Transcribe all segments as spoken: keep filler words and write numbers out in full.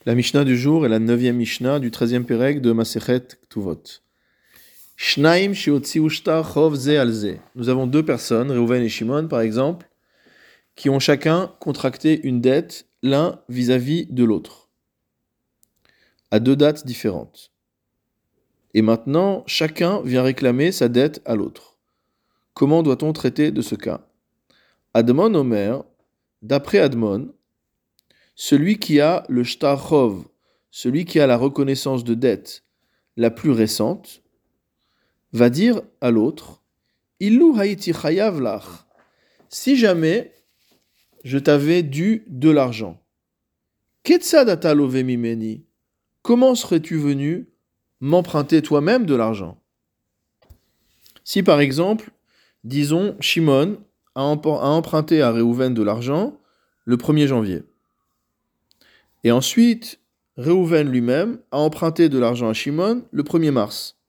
La Mishnah du jour est la neuvième Mishnah du treizième Pérec de Masechet Ktuvot. Shnaim sheotziu shtar chov ze al ze. Nous avons deux personnes, Reuven et Shimon par exemple, qui ont chacun contracté une dette l'un vis-à-vis de l'autre, à deux dates différentes. Et maintenant, chacun vient réclamer sa dette à l'autre. Comment doit-on traiter de ce cas? Admon Omer, d'après Admon, celui qui a le shtar chov, celui qui a la reconnaissance de dette la plus récente, va dire à l'autre, Illu haïti chayav lach, si jamais je t'avais dû de l'argent, Ketzad ata love mimeni, comment serais-tu venu m'emprunter toi-même de l'argent? Si par exemple, disons, Shimon a emprunté à Reuven de l'argent le premier janvier, et ensuite, Reuven lui-même a emprunté de l'argent à Shimon le premier mars.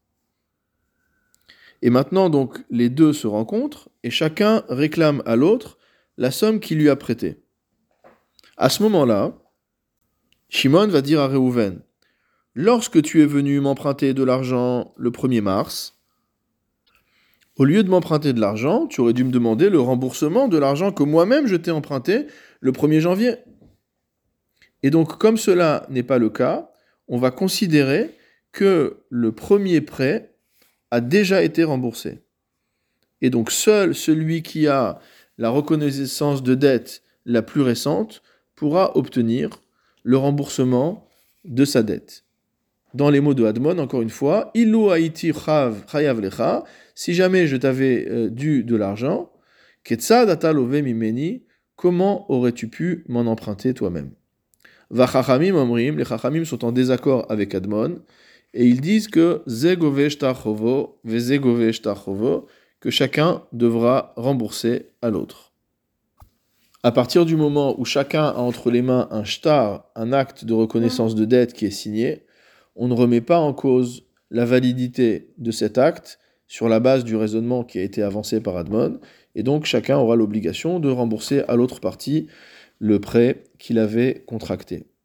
Et maintenant, donc, les deux se rencontrent et chacun réclame à l'autre la somme qu'il lui a prêtée. À ce moment-là, Shimon va dire à Reuven, lorsque tu es venu m'emprunter de l'argent le premier mars, au lieu de m'emprunter de l'argent, tu aurais dû me demander le remboursement de l'argent que moi-même je t'ai emprunté le premier janvier. Et donc, comme cela n'est pas le cas, on va considérer que le premier prêt a déjà été remboursé. Et donc, seul celui qui a la reconnaissance de dette la plus récente pourra obtenir le remboursement de sa dette. Dans les mots de Admon, encore une fois, Illu haïti chayav lecha, si jamais je t'avais euh, dû de l'argent, Ketzad ata love mimeni, comment aurais-tu pu m'en emprunter toi-même? Vachachamim omrim, les chachamim sont en désaccord avec Admon, et ils disent que ze gove shtar chovo, ve ze gove shtar chovo, que chacun devra rembourser à l'autre. À partir du moment où chacun a entre les mains un shtar, un acte de reconnaissance de dette qui est signé, on ne remet pas en cause la validité de cet acte sur la base du raisonnement qui a été avancé par Admon, et donc chacun aura l'obligation de rembourser à l'autre partie le prêt qu'il avait contracté.